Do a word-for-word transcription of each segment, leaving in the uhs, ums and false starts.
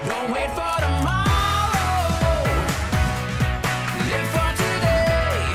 Don't wait for tomorrow. Live for today.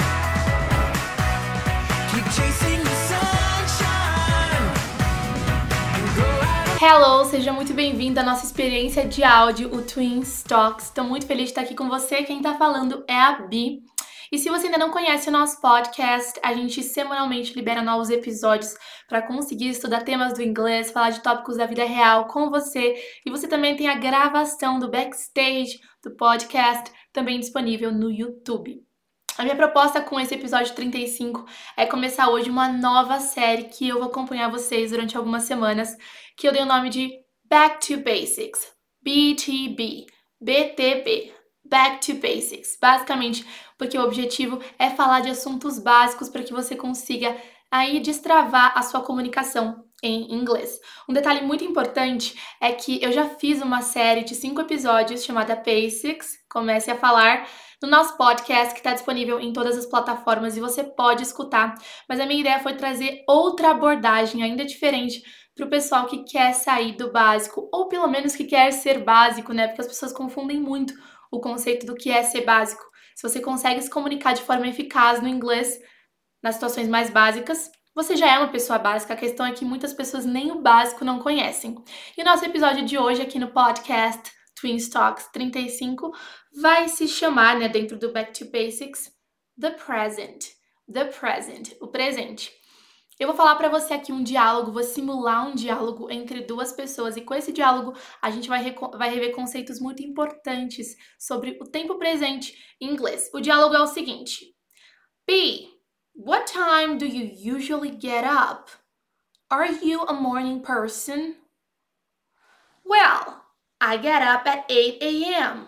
Keep chasing the sunshine. And go out. Hello, seja muito bem-vindo à nossa experiência de áudio, o Twins Talks. Estou muito feliz de estar aqui com você. Quem está falando é a Bi. E se você ainda não conhece o nosso podcast, a gente semanalmente libera novos episódios para conseguir estudar temas do inglês, falar de tópicos da vida real com você. E você também tem a gravação do backstage do podcast, também disponível no YouTube. A minha proposta com esse episódio trinta e cinco é começar hoje uma nova série que eu vou acompanhar vocês durante algumas semanas, que eu dei o nome de Back to Basics, B T B, B T B, Back to Basics. Basicamente, porque o objetivo é falar de assuntos básicos para que você consiga aí destravar a sua comunicação em inglês. Um detalhe muito importante é que eu já fiz uma série de cinco episódios chamada Basics, Comece a Falar, no nosso podcast, que está disponível em todas as plataformas e você pode escutar. Mas a minha ideia foi trazer outra abordagem ainda diferente para o pessoal que quer sair do básico, ou pelo menos que quer ser básico, né? Porque as pessoas confundem muito o conceito do que é ser básico. Se você consegue se comunicar de forma eficaz no inglês, nas situações mais básicas, você já é uma pessoa básica. A questão é que muitas pessoas nem o básico não conhecem. E o nosso episódio de hoje aqui no podcast Twins Talks trinta e cinco vai se chamar, né, dentro do Back to Basics, The Present. The Present, o presente. Eu vou falar para você aqui um diálogo, vou simular um diálogo entre duas pessoas e com esse diálogo a gente vai, vai rever conceitos muito importantes sobre o tempo presente em inglês. O diálogo é o seguinte: B, what time do you usually get up? Are you a morning person? Well, I get up at eight a.m.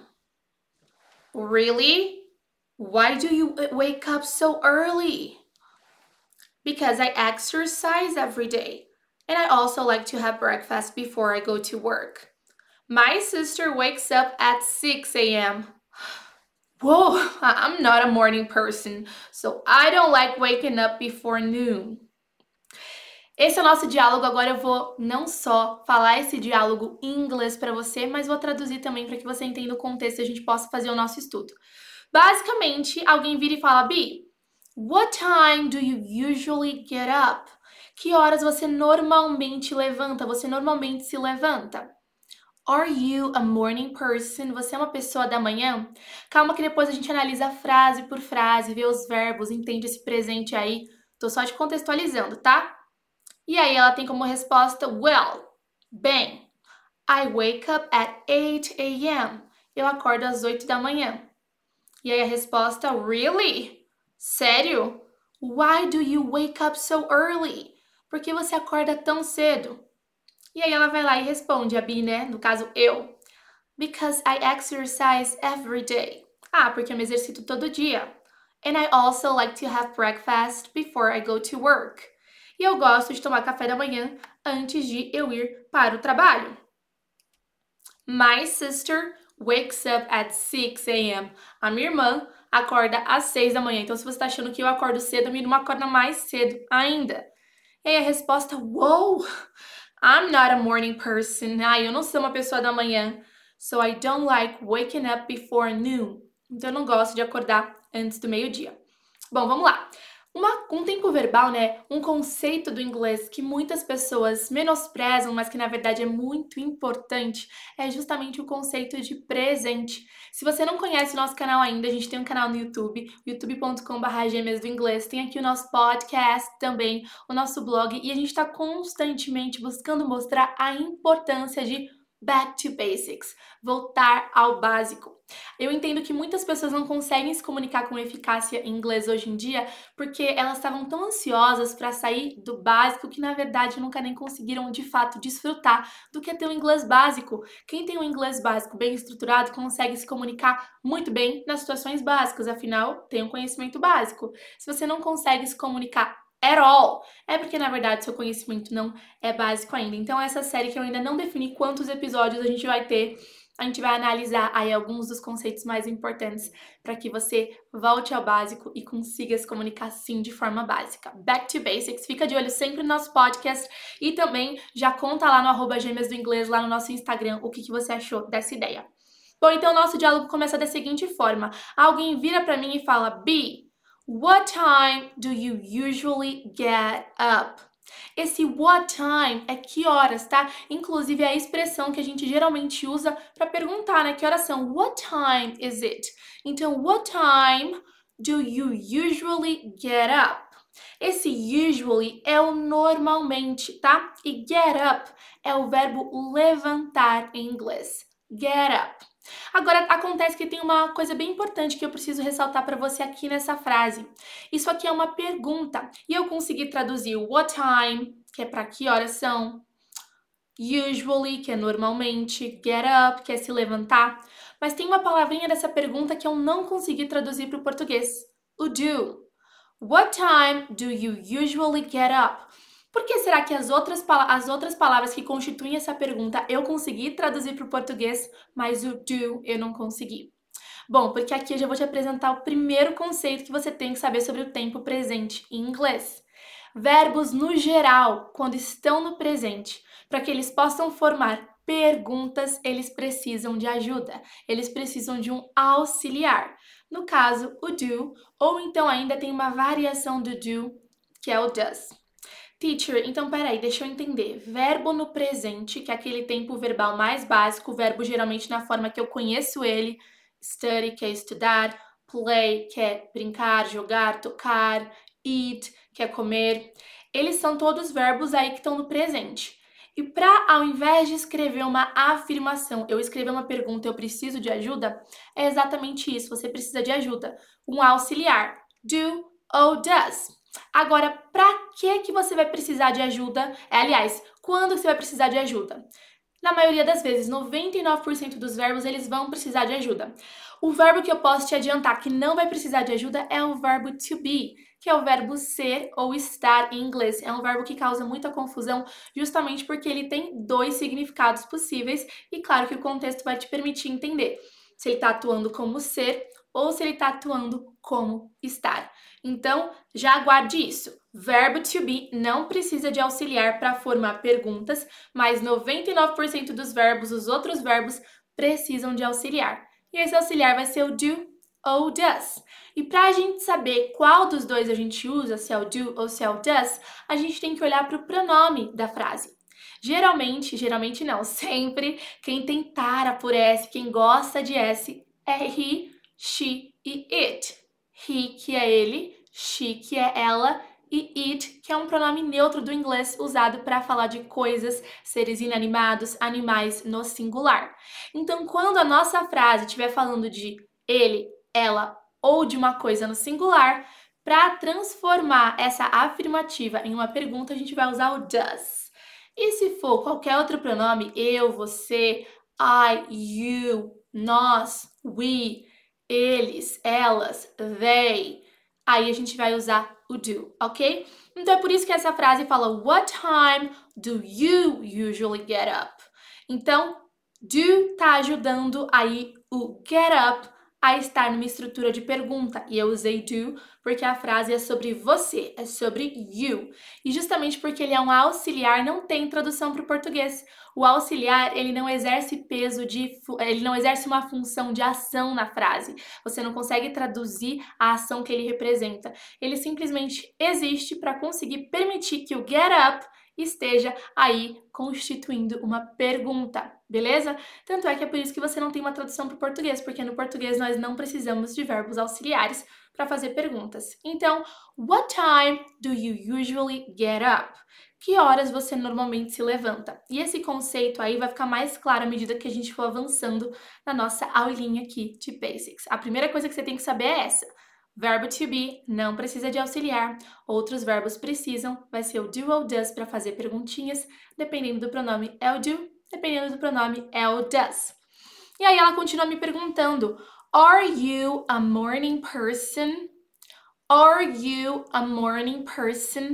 Really? Why do you wake up so early? Because I exercise every day, and I also like to have breakfast before I go to work. My sister wakes up at six a.m. Whoa, I'm not a morning person, so I don't like waking up before noon. Esse é o nosso diálogo. Agora eu vou não só falar esse diálogo em inglês para você, mas vou traduzir também para que você entenda o contexto e a gente possa fazer o nosso estudo. Basicamente, alguém vira e fala: B, what time do you usually get up? Que horas você normalmente levanta? Você normalmente se levanta? Are you a morning person? Você é uma pessoa da manhã? Calma que depois a gente analisa frase por frase, vê os verbos, entende esse presente aí. Tô só te contextualizando, tá? E aí ela tem como resposta: well, bem, I wake up at eight a.m. Eu acordo às oito da manhã. E aí a resposta: really? Sério? Why do you wake up so early? Por que você acorda tão cedo? E aí ela vai lá e responde, a Bi, né? No caso, eu. Because I exercise every day. Ah, porque eu me exercito todo dia. And I also like to have breakfast before I go to work. E eu gosto de tomar café da manhã antes de eu ir para o trabalho. My sister wakes up at six a.m. A minha irmã acorda às seis da manhã. Então, se você está achando que eu acordo cedo, a minha irmã acorda mais cedo ainda. E aí a resposta: wow, I'm not a morning person. Ah, eu não sou uma pessoa da manhã. So I don't like waking up before noon. Então, eu não gosto de acordar antes do meio-dia. Bom, vamos lá. Uma, um tempo verbal, né? Um conceito do inglês que muitas pessoas menosprezam, mas que na verdade é muito importante, é justamente o conceito de presente. Se você não conhece o nosso canal ainda, a gente tem um canal no YouTube, youtube ponto com barra gêmeas do inglês, tem aqui o nosso podcast também, o nosso blog, e a gente está constantemente buscando mostrar a importância de back to basics, voltar ao básico. Eu entendo que muitas pessoas não conseguem se comunicar com eficácia em inglês hoje em dia porque elas estavam tão ansiosas para sair do básico que, na verdade, nunca nem conseguiram, de fato, desfrutar do que é ter um inglês básico. Quem tem um inglês básico bem estruturado consegue se comunicar muito bem nas situações básicas, afinal, tem um conhecimento básico. Se você não consegue se comunicar at all, é porque, na verdade, seu conhecimento não é básico ainda. Então, essa série que eu ainda não defini quantos episódios a gente vai ter, A gente vai analisar aí alguns dos conceitos mais importantes para que você volte ao básico e consiga se comunicar sim de forma básica. Back to Basics, fica de olho sempre no nosso podcast e também já conta lá no arroba Gêmeas do Inglês, lá no nosso Instagram, o que, que você achou dessa ideia. Bom, então o nosso diálogo começa da seguinte forma. Alguém vira para mim e fala, B, what time do you usually get up? Esse what time é que horas, tá? Inclusive é a expressão que a gente geralmente usa para perguntar, né? Que horas são? What time is it? Então, what time do you usually get up? Esse usually é o normalmente, tá? E get up é o verbo levantar em inglês. Get up. Agora, acontece que tem uma coisa bem importante que eu preciso ressaltar para você aqui nessa frase. Isso aqui é uma pergunta e eu consegui traduzir what time, que é para que horas são, usually, que é normalmente, get up, que é se levantar, mas tem uma palavrinha dessa pergunta que eu não consegui traduzir para o português, o do. What time do you usually get up? Por que será que as outras, as outras palavras que constituem essa pergunta eu consegui traduzir para o português, mas o do eu não consegui? Bom, porque aqui eu já vou te apresentar o primeiro conceito que você tem que saber sobre o tempo presente em inglês. Verbos no geral, quando estão no presente, para que eles possam formar perguntas, eles precisam de ajuda, eles precisam de um auxiliar. No caso, o do, ou então ainda tem uma variação do do, que é o does. Teacher, então peraí, deixa eu entender. Verbo no presente, que é aquele tempo verbal mais básico, verbo geralmente na forma que eu conheço ele, study, que é estudar, play, que é brincar, jogar, tocar, eat, que é comer. Eles são todos verbos aí que estão no presente. E para, ao invés de escrever uma afirmação, eu escrever uma pergunta, eu preciso de ajuda, é exatamente isso, você precisa de ajuda. Um auxiliar, do ou does. Agora, para que que você vai precisar de ajuda? É, aliás, quando você vai precisar de ajuda? Na maioria das vezes, noventa e nove por cento dos verbos, eles vão precisar de ajuda. O verbo que eu posso te adiantar que não vai precisar de ajuda é o verbo to be, que é o verbo ser ou estar em inglês. É um verbo que causa muita confusão, justamente porque ele tem dois significados possíveis e claro que o contexto vai te permitir entender se ele está atuando como ser ou se ele está atuando como estar. Então, já aguarde isso. Verbo to be não precisa de auxiliar para formar perguntas, mas noventa e nove por cento dos verbos, os outros verbos, precisam de auxiliar. E esse auxiliar vai ser o do ou does. E para a gente saber qual dos dois a gente usa, se é o do ou se é o does, a gente tem que olhar para o pronome da frase. Geralmente, geralmente não, sempre quem tem tara por S, quem gosta de S, é he, she e it. He, que é ele, she, que é ela, e it, que é um pronome neutro do inglês usado para falar de coisas, seres inanimados, animais no singular. Então, quando a nossa frase estiver falando de ele, ela ou de uma coisa no singular, para transformar essa afirmativa em uma pergunta, a gente vai usar o does. E se for qualquer outro pronome, eu, você, I, you, nós, we, eles, elas, they, aí a gente vai usar o do, ok? Então é por isso que essa frase fala what time do you usually get up? Então, do tá ajudando aí o get up a estar numa estrutura de pergunta. E eu usei do porque a frase é sobre você, é sobre you. E justamente porque ele é um auxiliar, não tem tradução para o português. O auxiliar, ele não exerce peso de... ele não exerce uma função de ação na frase. Você não consegue traduzir a ação que ele representa. Ele simplesmente existe para conseguir permitir que o get up esteja aí constituindo uma pergunta, beleza? Tanto é que é por isso que você não tem uma tradução para o português, porque no português nós não precisamos de verbos auxiliares para fazer perguntas. Então, what time do you usually get up? Que horas você normalmente se levanta? E esse conceito aí vai ficar mais claro à medida que a gente for avançando na nossa aulinha aqui de Basics. A primeira coisa que você tem que saber é essa. Verbo to be não precisa de auxiliar, outros verbos precisam, vai ser o do ou does para fazer perguntinhas, dependendo do pronome é o do, dependendo do pronome é o does. E aí ela continua me perguntando, are you a morning person? Are you a morning person?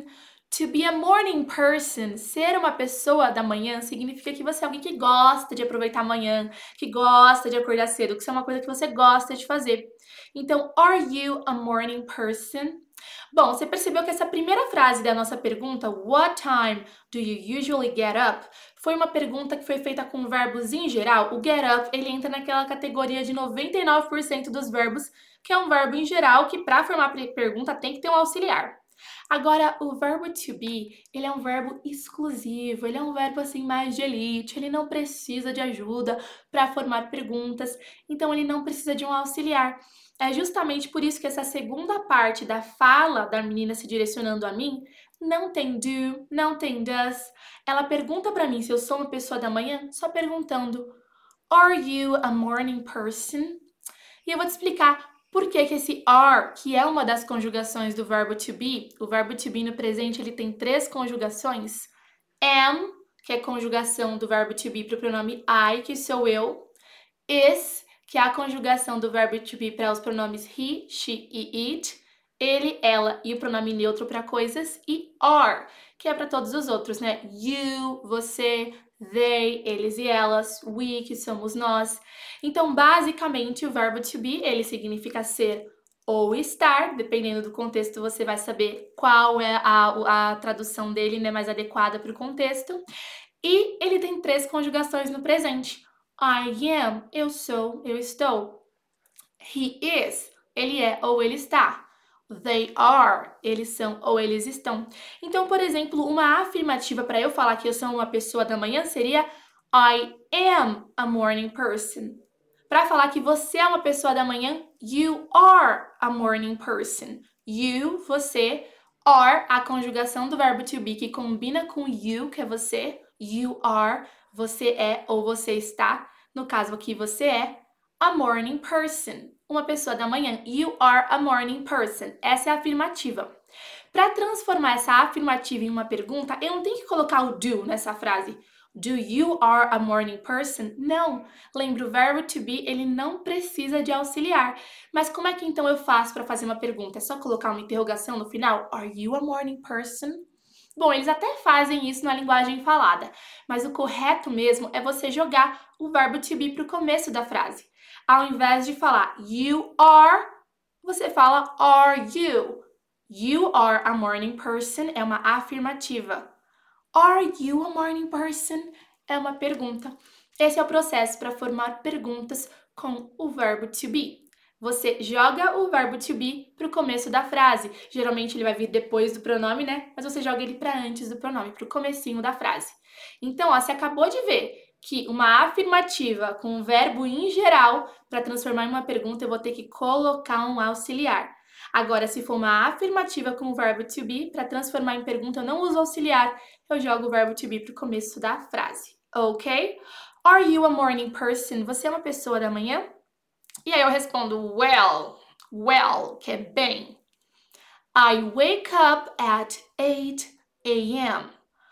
To be a morning person, ser uma pessoa da manhã, significa que você é alguém que gosta de aproveitar a manhã, que gosta de acordar cedo, que isso é uma coisa que você gosta de fazer. Então, are you a morning person? Bom, você percebeu que essa primeira frase da nossa pergunta, what time do you usually get up? Foi uma pergunta que foi feita com verbos em geral. O get up, ele entra naquela categoria de noventa e nove por cento dos verbos, que é um verbo em geral que para formar pergunta tem que ter um auxiliar. Agora, o verbo to be, ele é um verbo exclusivo, ele é um verbo assim mais de elite, ele não precisa de ajuda para formar perguntas, então ele não precisa de um auxiliar. É justamente por isso que essa segunda parte da fala da menina se direcionando a mim não tem do, não tem does. Ela pergunta para mim se eu sou uma pessoa da manhã, só perguntando: Are you a morning person? E eu vou te explicar por que que esse are, que é uma das conjugações do verbo to be, o verbo to be no presente ele tem três conjugações. Am, que é a conjugação do verbo to be para o pronome I, que sou eu. Is, que é a conjugação do verbo to be para os pronomes he, she e it. Ele, ela e o pronome neutro para coisas. E are, que é para todos os outros, né? You, você, they, eles e elas, we, que somos nós. Então, basicamente, o verbo to be, ele significa ser ou estar, dependendo do contexto, você vai saber qual é a, a tradução dele, né, mais adequada para o contexto. E ele tem três conjugações no presente. I am, eu sou, eu estou. He is, ele é ou ele está. They are, eles são ou eles estão. Então, por exemplo, uma afirmativa para eu falar que eu sou uma pessoa da manhã seria I am a morning person. Para falar que você é uma pessoa da manhã, you are a morning person. You, você, are, a conjugação do verbo to be que combina com you, que é você. You are, você é ou você está. No caso aqui, você é a morning person, uma pessoa da manhã. You are a morning person. Essa é a afirmativa. Para transformar essa afirmativa em uma pergunta, eu não tenho que colocar o do nessa frase. Do you are a morning person? Não. Lembra, o verbo to be, ele não precisa de auxiliar. Mas como é que então eu faço para fazer uma pergunta? É só colocar uma interrogação no final? Are you a morning person? Bom, eles até fazem isso na linguagem falada, mas o correto mesmo é você jogar o verbo to be para o começo da frase. Ao invés de falar you are, você fala are you. You are a morning person é uma afirmativa. Are you a morning person? É uma pergunta. Esse é o processo para formar perguntas com o verbo to be. Você joga o verbo to be para o começo da frase. Geralmente ele vai vir depois do pronome, né? Mas você joga ele para antes do pronome, para o comecinho da frase. Então, ó, você acabou de ver que uma afirmativa com um verbo em geral, para transformar em uma pergunta, eu vou ter que colocar um auxiliar. Agora, se for uma afirmativa com o verbo to be, para transformar em pergunta, eu não uso auxiliar, eu jogo o verbo to be para o começo da frase, ok? Are you a morning person? Você é uma pessoa da manhã? E aí eu respondo well, well, que é bem. I wake up at eight a m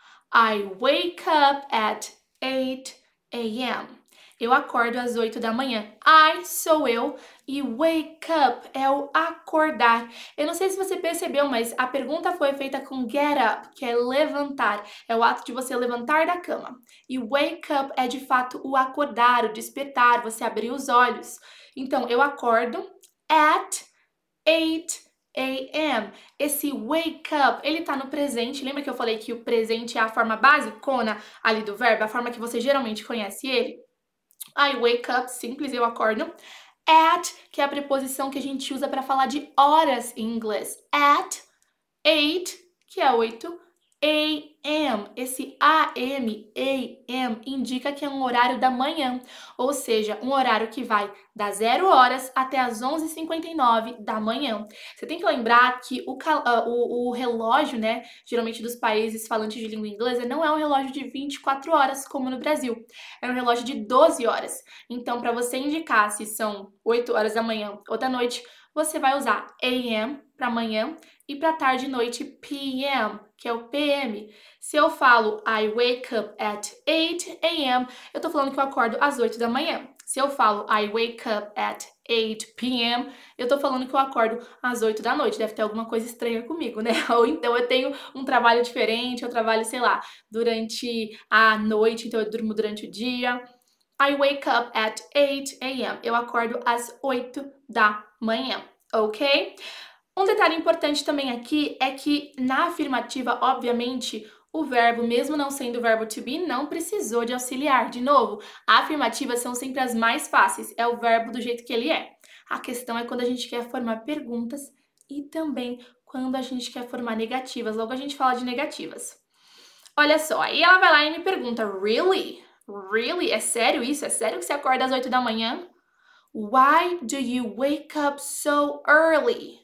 I wake up at eight a m Eu acordo às oito da manhã. I sou eu e wake up é o acordar. Eu não sei se você percebeu, mas a pergunta foi feita com get up, que é levantar. É o ato de você levantar da cama. E wake up é de fato o acordar, o despertar, você abrir os olhos. Então, eu acordo at eight a m Esse wake up, ele tá no presente. Lembra que eu falei que o presente é a forma basicona ali do verbo, a forma que você geralmente conhece ele? I wake up, simples, eu acordo. At, que é a preposição que a gente usa para falar de horas em inglês. At eight, que é oito, a m Esse a m, a m, indica que é um horário da manhã, ou seja, um horário que vai das zero horas até as onze e cinquenta e nove da manhã. Você tem que lembrar que o, o, o relógio, né, geralmente dos países falantes de língua inglesa, não é um relógio de vinte e quatro horas como no Brasil, é um relógio de doze horas. Então, para você indicar se são oito horas da manhã ou da noite, você vai usar a m para manhã e para tarde e noite p m, que é o p m. Se eu falo I wake up at eight a m, eu tô falando que eu acordo às oito da manhã. Se eu falo I wake up at eight p m, eu tô falando que eu acordo às oito da noite. Deve ter alguma coisa estranha comigo, né? Ou então eu tenho um trabalho diferente, eu trabalho, sei lá, durante a noite, então eu durmo durante o dia. I wake up at eight a m. Eu acordo às oito da manhã, ok? Um detalhe importante também aqui é que na afirmativa, obviamente, o verbo, mesmo não sendo o verbo to be, não precisou de auxiliar. De novo, afirmativas são sempre as mais fáceis, é o verbo do jeito que ele é. A questão é quando a gente quer formar perguntas e também quando a gente quer formar negativas. Logo a gente fala de negativas. Olha só, aí ela vai lá e me pergunta, really? Really? É sério isso? É sério que você acorda às oito da manhã? Why do you wake up so early?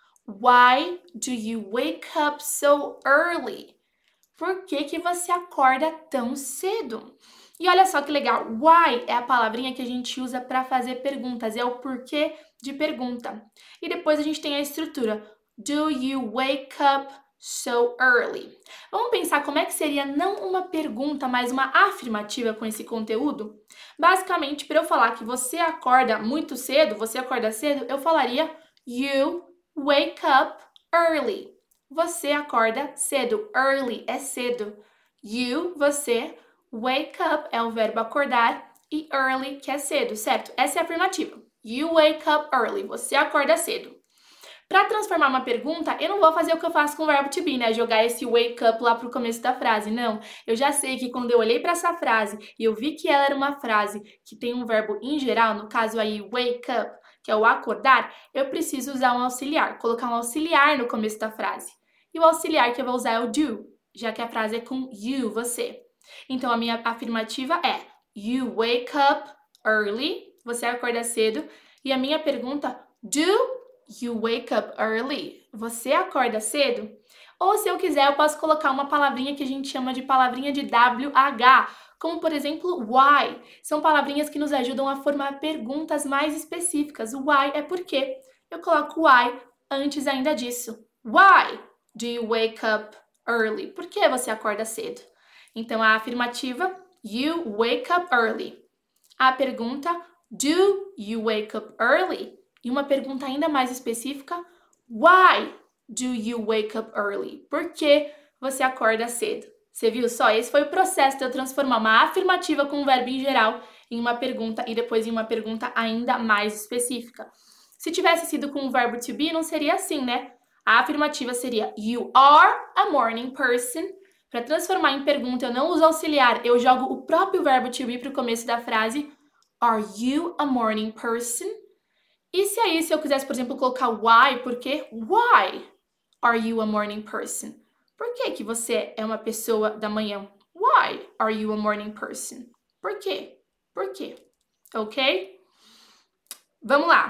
Why do you wake up so early? Por que que você acorda tão cedo? E olha só que legal, why é a palavrinha que a gente usa para fazer perguntas, é o porquê de pergunta. E depois a gente tem a estrutura, do you wake up so early? Vamos pensar como é que seria não uma pergunta, mas uma afirmativa com esse conteúdo? Basicamente, para eu falar que você acorda muito cedo, você acorda cedo, eu falaria you wake up early. Você acorda cedo. Early é cedo. You, você. Wake up é o verbo acordar. E early, que é cedo, certo? Essa é a afirmativa. You wake up early. Você acorda cedo. Para transformar uma pergunta, eu não vou fazer o que eu faço com o verbo to be, né? Jogar esse wake up lá pro começo da frase. Não. Eu já sei que quando eu olhei para essa frase e eu vi que ela era uma frase que tem um verbo em geral, no caso aí, wake up, que é o acordar, eu preciso usar um auxiliar, colocar um auxiliar no começo da frase. E o auxiliar que eu vou usar é o do, já que a frase é com you, você. Então, a minha afirmativa é you wake up early, você acorda cedo. E a minha pergunta, do you wake up early? Você acorda cedo? Ou se eu quiser, eu posso colocar uma palavrinha que a gente chama de palavrinha de W H, como por exemplo, why. São palavrinhas que nos ajudam a formar perguntas mais específicas. Why é por quê. Eu coloco why antes ainda disso. Why do you wake up early? Por que você acorda cedo? Então, a afirmativa, you wake up early. A pergunta, do you wake up early? E uma pergunta ainda mais específica, why do you wake up early? Por que você acorda cedo? Você viu só? Esse foi o processo de eu transformar uma afirmativa com um verbo em geral em uma pergunta e depois em uma pergunta ainda mais específica. Se tivesse sido com o verbo to be, não seria assim, né? A afirmativa seria you are a morning person. Para transformar em pergunta, eu não uso auxiliar, eu jogo o próprio verbo to be para o começo da frase. Are you a morning person? E se aí, se eu quisesse, por exemplo, colocar why, por quê? Why are you a morning person? Por que que você é uma pessoa da manhã? Why are you a morning person? Por quê? Por quê? Ok? Vamos lá.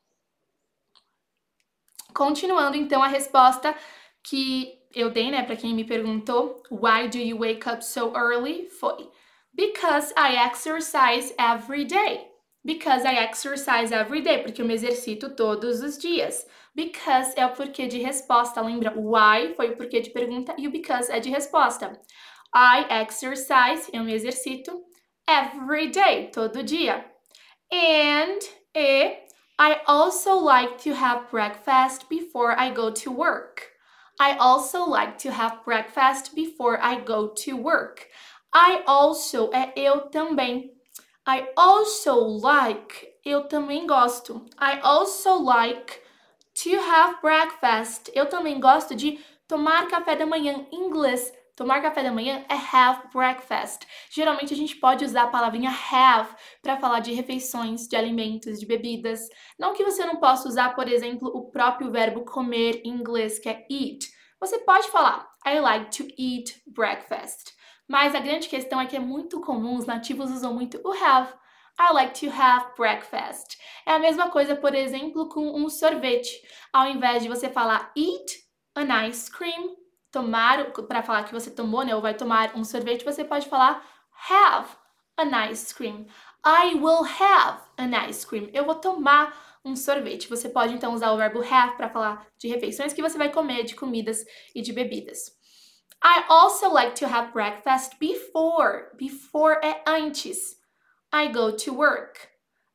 Continuando, então, a resposta que eu dei, né, para quem me perguntou, why do you wake up so early? Foi because I exercise every day. Because I exercise every day, porque eu me exercito todos os dias. Because é o porquê de resposta, lembra? Why foi o porquê de pergunta e o because é de resposta. I exercise, eu me exercito, every day, todo dia. And, e, I also like to have breakfast before I go to work. I also like to have breakfast before I go to work. I also é eu também. I also like, eu também gosto. I also like to have breakfast. Eu também gosto de tomar café da manhã. Em inglês, tomar café da manhã é have breakfast. Geralmente a gente pode usar a palavrinha have para falar de refeições, de alimentos, de bebidas. Não que você não possa usar, por exemplo, o próprio verbo comer em inglês, que é eat. Você pode falar I like to eat breakfast. Mas a grande questão é que é muito comum, os nativos usam muito o have. I like to have breakfast. É a mesma coisa, por exemplo, com um sorvete. Ao invés de você falar eat an ice cream, tomar, para falar que você tomou, né, ou vai tomar um sorvete, você pode falar have an ice cream. I will have an ice cream. Eu vou tomar um sorvete. Você pode, então, usar o verbo have para falar de refeições que você vai comer, de comidas e de bebidas. I also like to have breakfast before. Before é antes. I go to work.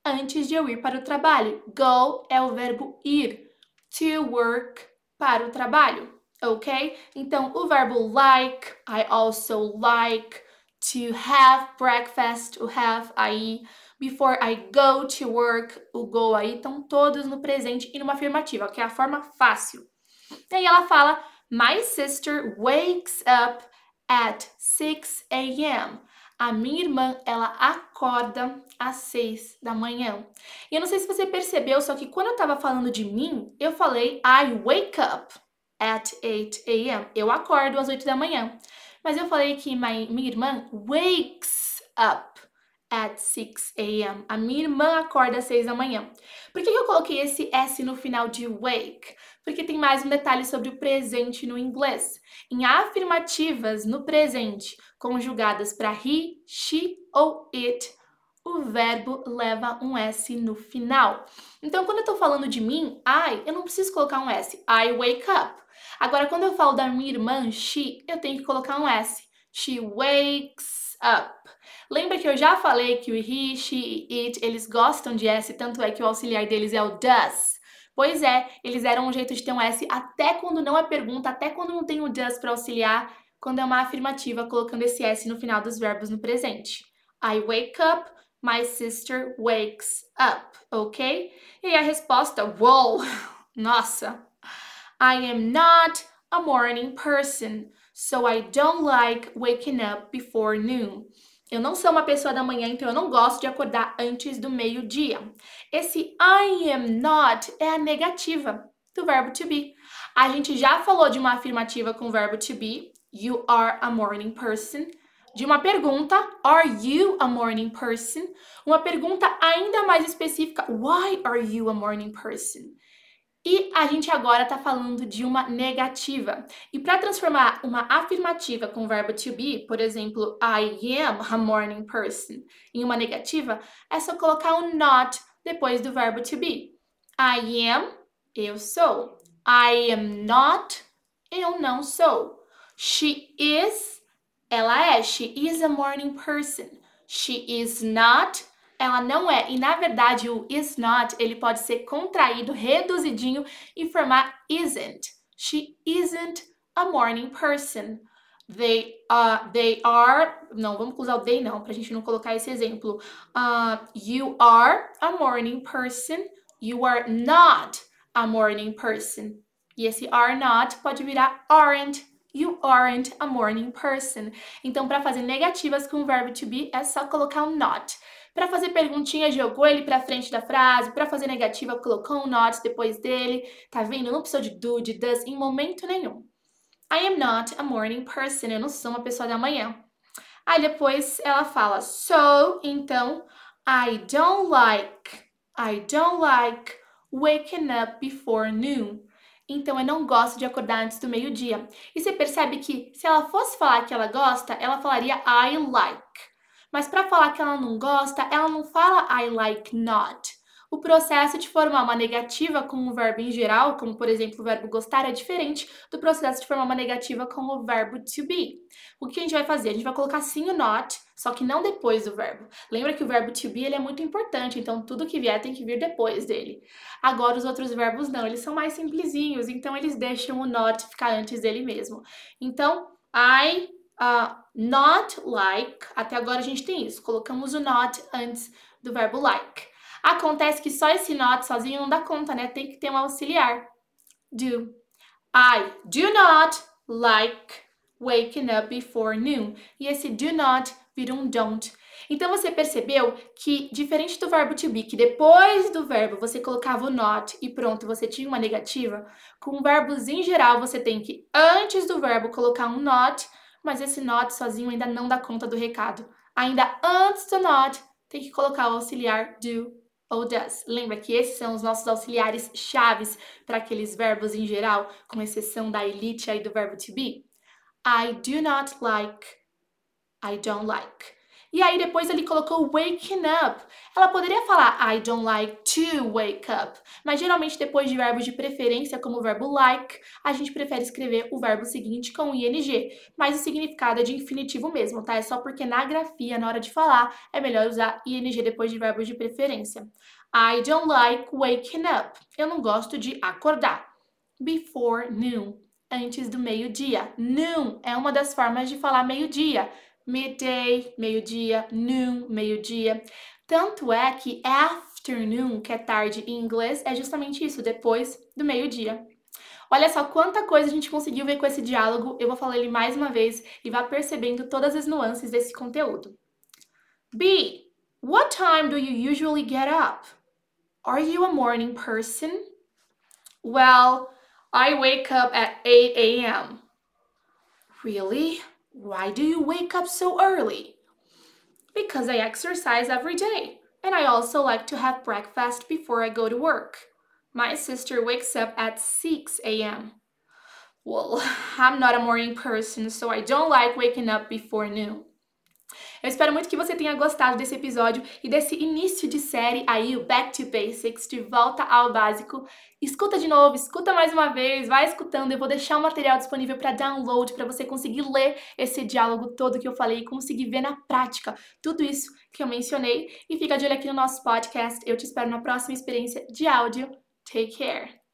antes de eu ir para o trabalho. Go é o verbo ir. To work, para o trabalho, ok? Então, o verbo like, I also like to have breakfast, o have aí. Before I go to work, o go aí, estão todos no presente e numa afirmativa, que é a forma fácil. E aí ela fala, my sister wakes up at six a m A minha irmã, ela acorda às seis da manhã. E eu não sei se você percebeu, só que quando eu tava falando de mim, eu falei I wake up at eight a m Eu acordo às oito da manhã. Mas eu falei que my, minha irmã wakes up at six a m A minha irmã acorda às seis da manhã. Por que que eu coloquei esse S no final de wake? Porque tem mais um detalhe sobre o presente no inglês. Em afirmativas no presente, conjugadas para he, she ou it, o verbo leva um S no final. Então, quando eu estou falando de mim, I, eu não preciso colocar um S. I wake up. Agora, quando eu falo da minha irmã, she, eu tenho que colocar um S. She wakes up. Lembra que eu já falei que o he, she e it, eles gostam de S, tanto é que o auxiliar deles é o does. Pois é, eles deram um jeito de ter um S até quando não é pergunta, até quando não tem o does para auxiliar, quando é uma afirmativa, colocando esse S no final dos verbos no presente. I wake up, my sister wakes up, ok? E aí a resposta, wow, nossa. I am not a morning person, so I don't like waking up before noon. Eu não sou uma pessoa da manhã, então eu não gosto de acordar antes do meio-dia. Esse I am not é a negativa do verbo to be. A gente já falou de uma afirmativa com o verbo to be. You are a morning person. De uma pergunta, are you a morning person? Uma pergunta ainda mais específica, why are you a morning person? E a gente agora está falando de uma negativa. E para transformar uma afirmativa com o verbo to be, por exemplo, I am a morning person, em uma negativa, é só colocar um not depois do verbo to be. I am, eu sou. I am not, eu não sou. She is, ela é. She is a morning person. She is not, ela não é. E, na verdade, o is not, ele pode ser contraído, reduzidinho e formar isn't. She isn't a morning person. They, uh, they are... Não, vamos usar o they não, pra gente não colocar esse exemplo. Uh, you are a morning person. You are not a morning person. E esse are not pode virar aren't. You aren't a morning person. Então, para fazer negativas com o verbo to be, é só colocar um not. Para fazer perguntinha, jogou ele para frente da frase. Para fazer negativa, colocou um not depois dele. Tá vendo? Não precisou de do, de does em momento nenhum. I am not a morning person. Eu não sou uma pessoa da manhã. Aí depois ela fala, so, então, I don't like, I don't like waking up before noon. Então, eu não gosto de acordar antes do meio-dia. E você percebe que, se ela fosse falar que ela gosta, ela falaria I like. Mas para falar que ela não gosta, ela não fala I like not. O processo de formar uma negativa com o verbo em geral, como por exemplo o verbo gostar, é diferente do processo de formar uma negativa com o verbo to be. O que a gente vai fazer? A gente vai colocar sim o not, só que não depois do verbo. Lembra que o verbo to be ele é muito importante, então tudo que vier tem que vir depois dele. Agora os outros verbos não, eles são mais simplesinhos, então eles deixam o not ficar antes dele mesmo. Então, I uh, not like, até agora a gente tem isso, colocamos o not antes do verbo like. Acontece que só esse not sozinho não dá conta, né? Tem que ter um auxiliar. Do. I do not like waking up before noon. E esse do not vira um don't. Então, você percebeu que, diferente do verbo to be, que depois do verbo você colocava o not e pronto, você tinha uma negativa, com verbos em geral você tem que, antes do verbo, colocar um not, mas esse not sozinho ainda não dá conta do recado. Ainda antes do not, tem que colocar o auxiliar do ou does. Lembra que esses são os nossos auxiliares chaves para aqueles verbos em geral, com exceção da elite aí do verbo to be. I do not like, I don't like. E aí depois ele colocou waking up. Ela poderia falar I don't like to wake up, mas geralmente depois de verbos de preferência, como o verbo like, a gente prefere escrever o verbo seguinte com ing, mas o significado é de infinitivo mesmo, tá? É só porque na grafia, na hora de falar, é melhor usar ing depois de verbos de preferência. I don't like waking up. Eu não gosto de acordar. Before noon, antes do meio-dia. Noon é uma das formas de falar meio-dia. Midday, meio-dia, noon, meio-dia. Tanto é que afternoon, que é tarde em inglês, é justamente isso, depois do meio-dia. Olha só quanta coisa a gente conseguiu ver com esse diálogo. Eu vou falar ele mais uma vez e vá percebendo todas as nuances desse conteúdo. B. What time do you usually get up? Are you a morning person? Well, I wake up at eight a.m. Really? Why do you wake up so early? Because I exercise every day, and I also like to have breakfast before I go to work. My sister wakes up at six a.m. Well, I'm not a morning person, so I don't like waking up before noon. Eu espero muito que você tenha gostado desse episódio e desse início de série aí, o Back to Basics, de volta ao básico. Escuta de novo, escuta mais uma vez, vai escutando. Eu vou deixar o material disponível para download, para você conseguir ler esse diálogo todo que eu falei e conseguir ver na prática tudo isso que eu mencionei. E fica de olho aqui no nosso podcast. Eu te espero na próxima experiência de áudio. Take care!